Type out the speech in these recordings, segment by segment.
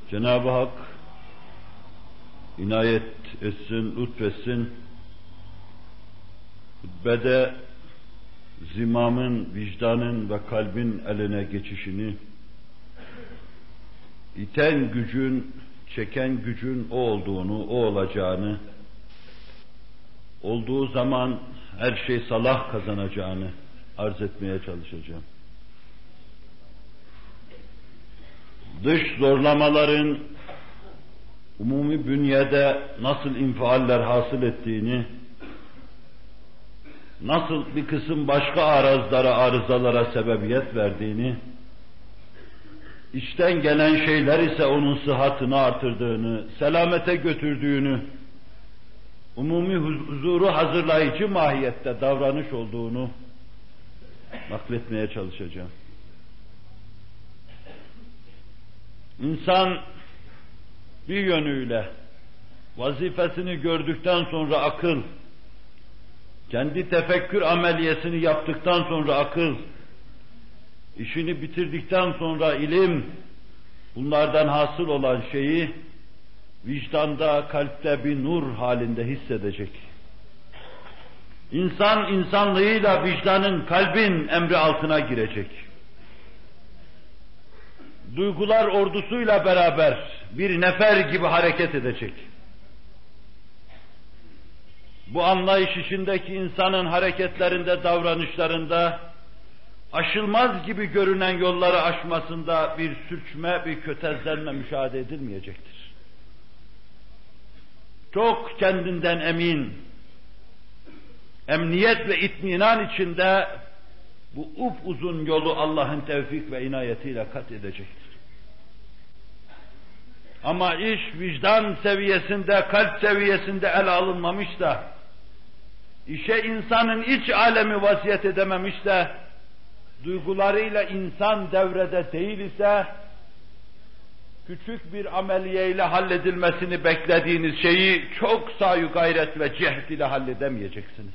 Cenab-ı Hak inayet etsin, lütfetsin. Hutbede zimamın, vicdanın ve kalbin eline geçişini, iten gücün, çeken gücün o olduğunu, o olacağını, olduğu zaman her şey salah kazanacağını arz etmeye çalışacağım. Dış zorlamaların umumi bünyede nasıl infialler hasıl ettiğini, nasıl bir kısım başka arızalara sebebiyet verdiğini, içten gelen şeyler ise onun sıhhatini artırdığını, selamete götürdüğünü, umumi huzuru hazırlayıcı mahiyette davranış olduğunu nakletmeye çalışacağım. İnsan bir yönüyle vazifesini gördükten sonra akıl, kendi tefekkür ameliyesini yaptıktan sonra akıl, işini bitirdikten sonra ilim, bunlardan hasıl olan şeyi vicdanda, kalpte bir nur halinde hissedecek. İnsan insanlığıyla vicdanın, kalbin emri altına girecek. Duygular ordusuyla beraber bir nefer gibi hareket edecek. Bu anlayış içindeki insanın hareketlerinde, davranışlarında, aşılmaz gibi görünen yolları aşmasında bir sürçme, bir kötezlenme müşahede edilmeyecektir. Çok kendinden emin, emniyet ve itminan içinde bu upuzun yolu Allah'ın tevfik ve inayetiyle kat edecektir. Ama iş vicdan seviyesinde, kalp seviyesinde ele alınmamış da, işe insanın iç alemi vasiyet edememiş de, duygularıyla insan devrede değil ise, küçük bir ameliyeyle halledilmesini beklediğiniz şeyi çok sayu gayret ve cehd ile halledemeyeceksiniz.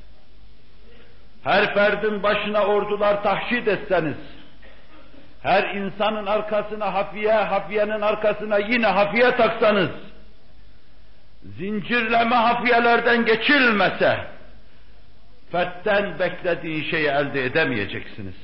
Her ferdin başına ordular tahşid etseniz, her insanın arkasına hafiye, hafiyenin arkasına yine hafiye taksanız, zincirleme hafiyelerden geçilmese, fertten beklediğin şeyi elde edemeyeceksiniz.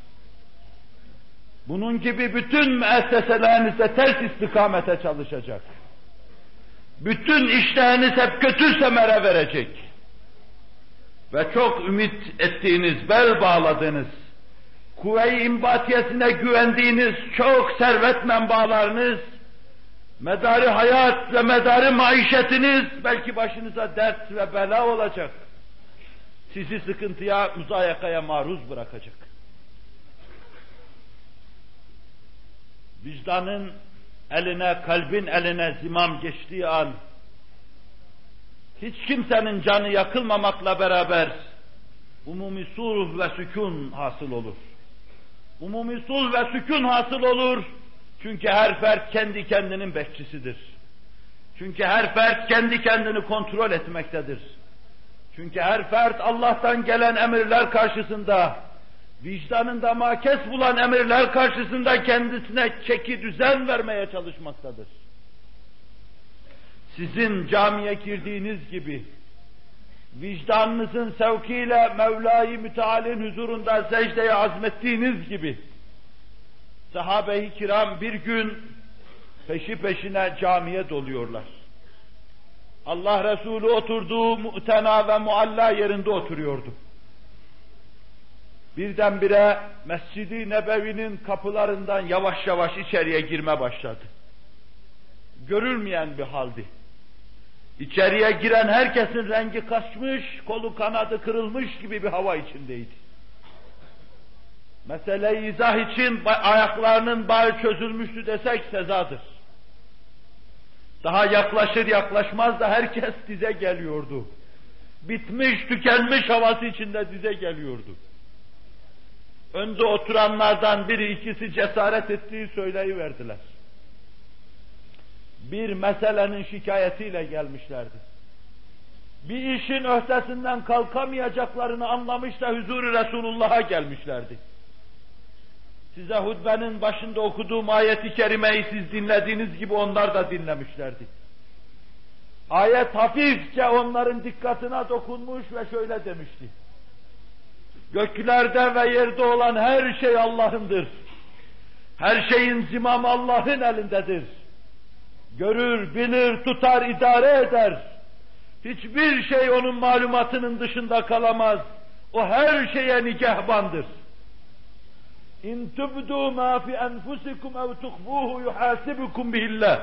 Bunun gibi bütün müesseselerinizde ters istikamete çalışacak. Bütün işleriniz hep kötü semere verecek. Ve çok ümit ettiğiniz, bel bağladığınız, kuvve-i imbatiyesine güvendiğiniz çok servet menbaalarınız, medarı hayat ve medarı maişetiniz belki başınıza dert ve bela olacak. Sizi sıkıntıya, muzayakaya maruz bırakacak. Vicdanın eline, kalbin eline zimam geçtiği an, hiç kimsenin canı yakılmamakla beraber umumi sulh ve sükun hasıl olur. Umumi sulh ve sükun hasıl olur. Çünkü her fert kendi kendinin bekçisidir. Çünkü her fert kendi kendini kontrol etmektedir. Çünkü her fert Allah'tan gelen emirler karşısında, vicdanında makes bulan emirler karşısında kendisine çeki düzen vermeye çalışmaktadır. Sizin camiye girdiğiniz gibi, vicdanınızın sevkiyle Mevla-i Müteal'in huzurunda secdeye azmettiğiniz gibi, sahabe-i kiram bir gün peşi peşine camiye doluyorlar. Allah Resulü oturduğu mu'tena ve mualla yerinde oturuyordu. Birdenbire Mescid-i Nebevi'nin kapılarından yavaş yavaş içeriye girme başladı. Görülmeyen bir haldi. İçeriye giren herkesin rengi kaçmış, kolu kanadı kırılmış gibi bir hava içindeydi. Mesele-i izah için ayaklarının bağı çözülmüştü desek sezadır. Daha yaklaşır yaklaşmaz da herkes dize geliyordu. Bitmiş, tükenmiş havası içinde dize geliyordu. Önde oturanlardan biri ikisi cesaret ettiği söyleyiverdiler. Bir meselenin şikayetiyle gelmişlerdi. Bir işin öhtesinden kalkamayacaklarını anlamış da huzur-u Resulullah'a gelmişlerdi. Size hutbenin başında okuduğum ayeti kerimeyi siz dinlediğiniz gibi onlar da dinlemişlerdi. Ayet hafifçe onların dikkatine dokunmuş ve şöyle demişti: göklerde ve yerde olan her şey Allah'ındır. Her şeyin zimamı Allah'ın elindedir. Görür, bilir, tutar, idare eder. Hiçbir şey onun malumatının dışında kalamaz. O her şeye nigahbandır. İn tubdu ma fi enfusikum ev tuhfuhu yuhasibukum bihillah.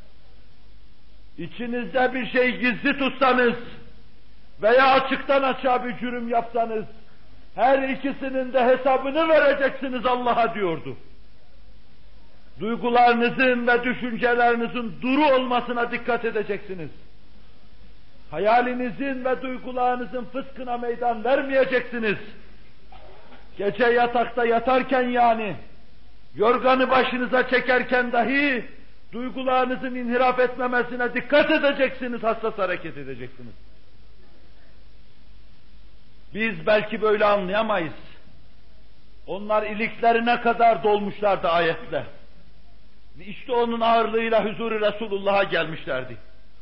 İçinizde bir şey gizli tutsanız veya açıktan açığa bir cürüm yapsanız, her ikisinin de hesabını vereceksiniz Allah'a diyordu. Duygularınızın ve düşüncelerinizin duru olmasına dikkat edeceksiniz. Hayalinizin ve duygularınızın fıskına meydan vermeyeceksiniz. Gece yatakta yatarken yani, yorganı başınıza çekerken dahi, duygularınızın inhiraf etmemesine dikkat edeceksiniz, hassas hareket edeceksiniz. Biz belki böyle anlayamayız. Onlar iliklerine kadar dolmuşlardı ayetle. İşte onun ağırlığıyla huzur-u Resulullah'a gelmişlerdi.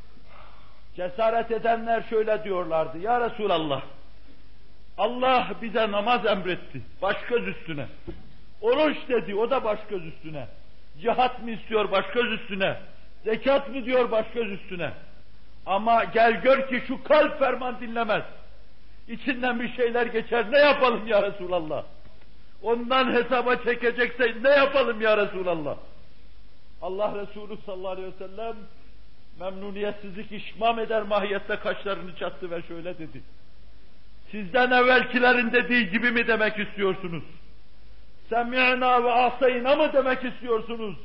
Cesaret edenler şöyle diyorlardı: ya Resulallah, Allah bize namaz emretti, baş göz üstüne. Oruç dedi, o da baş göz üstüne. Cihat mı istiyor, baş göz üstüne. Zekat mı diyor, baş göz üstüne. Ama gel gör ki şu kalp ferman dinlemez. İçinden bir şeyler geçer, ne yapalım ya Resulallah? Ondan hesaba çekecekse ne yapalım ya Resulallah? Allah Resulü sallallahu aleyhi ve sellem memnuniyetsizlik işmam eder mahiyette kaşlarını çattı ve şöyle dedi: sizden evvelkilerin dediği gibi mi demek istiyorsunuz? Semi'na ve asayna mı demek istiyorsunuz?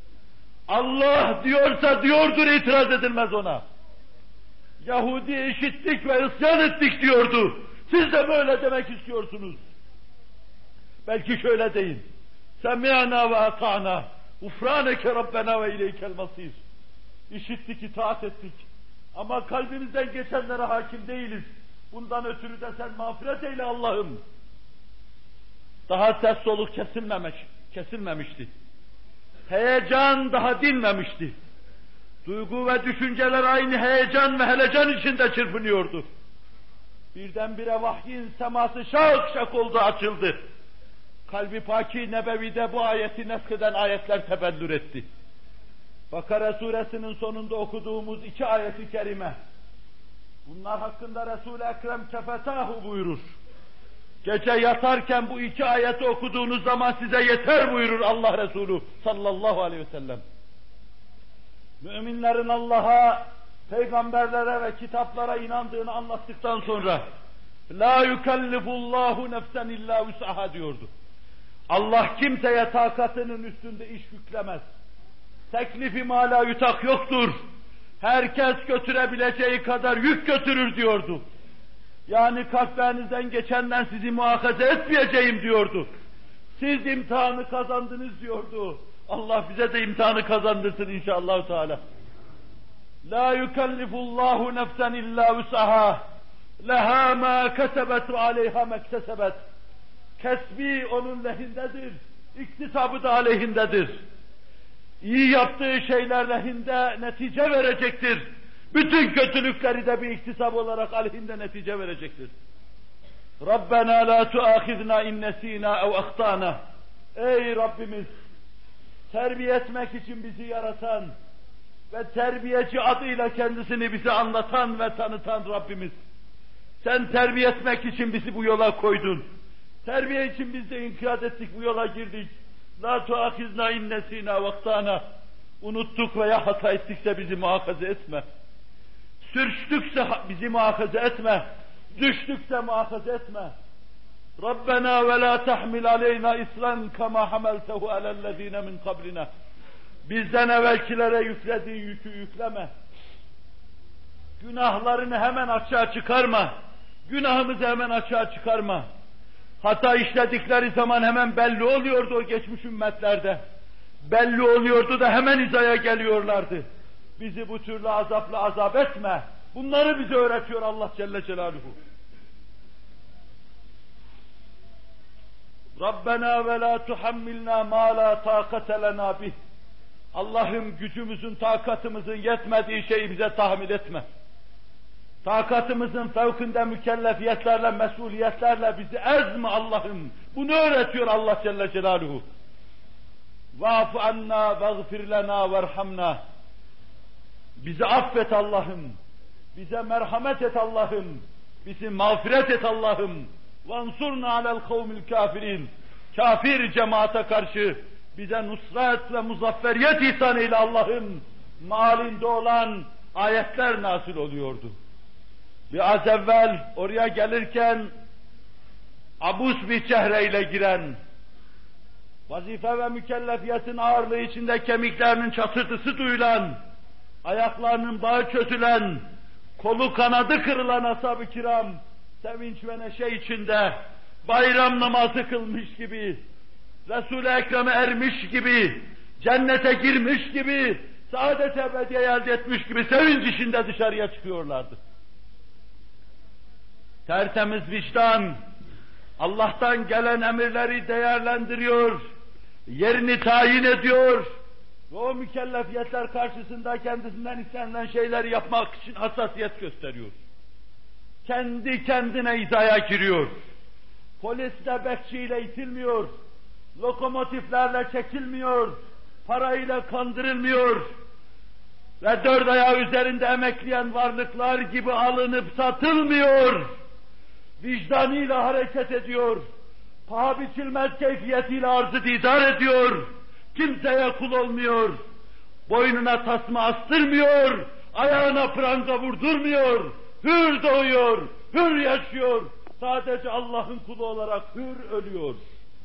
Allah diyorsa diyordur, itiraz edilmez ona. Yahudi işittik ve isyan ettik diyordu. Siz de böyle demek istiyorsunuz. Belki şöyle deyin: Semi'na ve ata'na ufraneke Rabbena ve ileykel masir. İşittik, itaat ettik. Ama kalbimizden geçenlere hakim değiliz. Bundan ötürü de sen mağfiret eyle Allah'ım. Daha ses soluk kesilmemişti. Heyecan daha dinmemişti. Duygu ve düşünceler aynı heyecan ve helecan içinde çırpınıyordu. Birdenbire vahyin seması şak şak oldu, açıldı. Kalbi Paki Nebevi'de bu ayeti nesheden ayetler tebellür etti. Bakara suresinin sonunda okuduğumuz 2 ayeti kerime, bunlar hakkında Resul-i Ekrem kefetahu buyurur. Gece yatarken bu 2 ayeti okuduğunuz zaman size yeter buyurur Allah Resulü sallallahu aleyhi ve sellem. Müminlerin Allah'a, peygamberlere ve kitaplara inandığını anlattıktan sonra la yukellifullahu nefsen illa vus'aha diyordu. Allah kimseye takatının üstünde iş yüklemez. Teklifi ma la yutak yoktur. Herkes götürebileceği kadar yük götürür diyordu. Yani kalplerinizden geçenden sizi muhakaze etmeyeceğim diyordu. Siz imtihanı kazandınız diyordu. Allah bize de imtihanı kazandırsın inşallah Teala. La yukellifullahu nefsen illa vus'aha. Leha ma kesebet ve aleyha mektesebet. Kesbi onun lehindedir. İktisabı da aleyhindedir. İyi yaptığı şeyler lehinde netice verecektir. Bütün kötülükleri de bir iktisap olarak aleyhinde netice verecektir. Rabbena la tuâkhidna in nesînâ ev ahtâna. Ey Rabbimiz! Terbiye etmek için bizi yaratan ve terbiyeci adıyla kendisini bize anlatan ve tanıtan Rabbimiz. Sen terbiye etmek için bizi bu yola koydun. Terbiye için biz de inkiyat ettik, bu yola girdik. La tuâkhidna in nesînâ ve ahtâna. Unuttuk veya hata ettikse bizi muhafaza etme. Sürçtükse bizi muhafaza etme. Düştükse muhafaza etme. Rabbena ve la tahmil aleyna isran kema hamaltehu alellezine min kablina. Bizden evvelkilere yüklediğin yükü yükleme. Günahlarını hemen açığa çıkarma. Günahımızı hemen açığa çıkarma. Hata işledikleri zaman hemen belli oluyordu o geçmiş ümmetlerde. Belli oluyordu da hemen hizaya geliyorlardı. Bizi bu türlü azapla azap etme. Bunları bize öğretiyor Allah Celle Celaluhu. Rabbena ve la tuhammilna ma la taqate lena bih. Allah'ım gücümüzün, takatımızın yetmediği şeyi bize tahmil etme. Takatımızın fevkinde mükellefiyetlerle, mesuliyetlerle bizi ezme Allah'ım. Bunu öğretiyor Allah Celle Celaluhu. Va'fu anna veğfir lena verhamna. Bizi affet Allah'ım. Bize merhamet et Allah'ım. Bizi mağfiret et Allah'ım. Vansurna alel kavmil kafirin. Kafir cemaate karşı bize nusret ve muzafferiyet ihsan eyle Allah'ım. Malinde olan ayetler nazil oluyordu. Biraz evvel oraya gelirken abus bir çehreyle giren, vazife ve mükellefiyetin ağırlığı içinde kemiklerinin çatırtısı duyulan, ayaklarının bağı çözülen, kolu kanadı kırılan ashab-ı kiram, sevinç ve neşe içinde bayram namazı kılmış gibi, Resul-i Ekrem'e ermiş gibi, cennete girmiş gibi, saadet ebediye elde etmiş gibi sevinç içinde dışarıya çıkıyorlardı. Tertemiz vicdan, Allah'tan gelen emirleri değerlendiriyor, yerini tayin ediyor ve o mükellefiyetler karşısında kendisinden istenilen şeyleri yapmak için hassasiyet gösteriyor. Kendi kendine hizaya giriyor. Polisle, bekçiyle itilmiyor, lokomotiflerle çekilmiyor, parayla kandırılmıyor ve dört ayağı üzerinde emekleyen varlıklar gibi alınıp satılmıyor. Vicdanıyla hareket ediyor, paha biçilmez keyfiyetiyle arzı didar ediyor, kimseye kul olmuyor, boynuna tasma astırmıyor, ayağına pranga vurdurmuyor, hür doğuyor, hür yaşıyor, sadece Allah'ın kulu olarak hür ölüyor.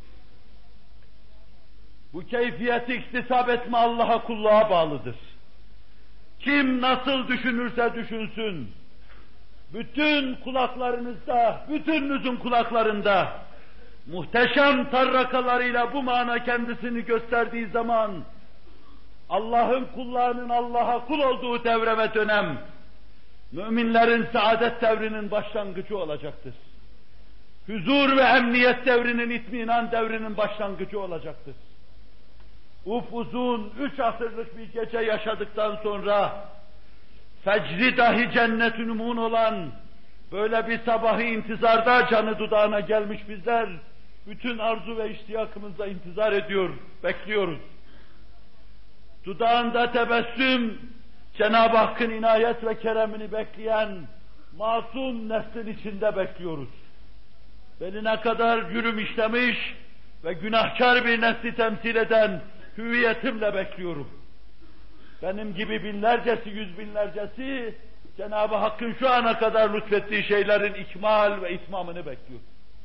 Bu keyfiyeti iktisap etme Allah'a kulluğa bağlıdır. Kim nasıl düşünürse düşünsün, bütün kulaklarınızda, bütününüzün kulaklarında muhteşem tarrakalarıyla bu mana kendisini gösterdiği zaman Allah'ın kullarının Allah'a kul olduğu devre ve dönem müminlerin saadet devrinin başlangıcı olacaktır. Huzur ve emniyet devrinin, itminan devrinin başlangıcı olacaktır. Upuzun 3 asırlık bir gece yaşadıktan sonra fecri dahi cennet-ü numun olan böyle bir sabahı intizarda canı dudağına gelmiş bizler bütün arzu ve iştiyakımızla intizar ediyor, bekliyoruz. Dudağında tebessüm, Cenab-ı Hakk'ın inayet ve keremini bekleyen masum neslin içinde bekliyoruz. Beline kadar cürüm işlemiş ve günahkar bir nesli temsil eden hüviyetimle bekliyorum. Benim gibi binlercesi, yüz binlercesi Cenab-ı Hakk'ın şu ana kadar lütfettiği şeylerin ikmal ve itmamını bekliyor.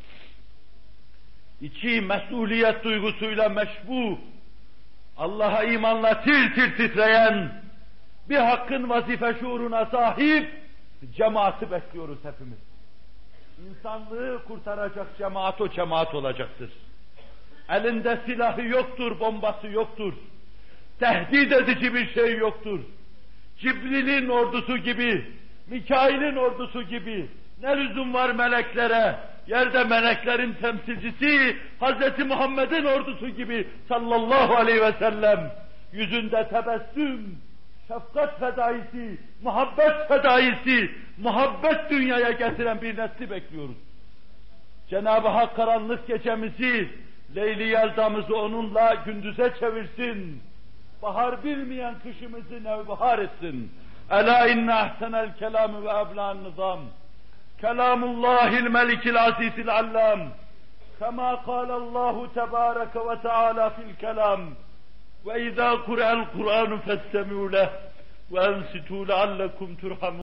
İçi mesuliyet duygusuyla meşbu, Allah'a imanla tir tir titreyen, bir hakkın vazife şuuruna sahip cemaati bekliyoruz hepimiz. İnsanlığı kurtaracak cemaat o cemaat olacaktır. Elinde silahı yoktur, bombası yoktur. Tehdit edici bir şey yoktur. Cibril'in ordusu gibi, Mikail'in ordusu gibi, ne lüzum var meleklere, yerde meleklerin temsilcisi Hz. Muhammed'in ordusu gibi sallallahu aleyhi ve sellem, yüzünde tebessüm, şefkat fedaisi, muhabbet fedaisi, muhabbet dünyaya getiren bir nesli bekliyoruz. Cenab-ı Hak karanlık gecemizi, Leyli Yeldamızı onunla gündüze çevirsin. Bahar bilmeyen kışımızı nevbahar etsin. Ela inne ahsenel kelamü ve ebla'n nizam. Kelamullahil melikil azizil allam. Kema kâlallahu tebâreke ve teâlâ fil kelam. Ve izâ kure'el Kur'anu festemi'u leh. Ve ensitû leallekum turhamun.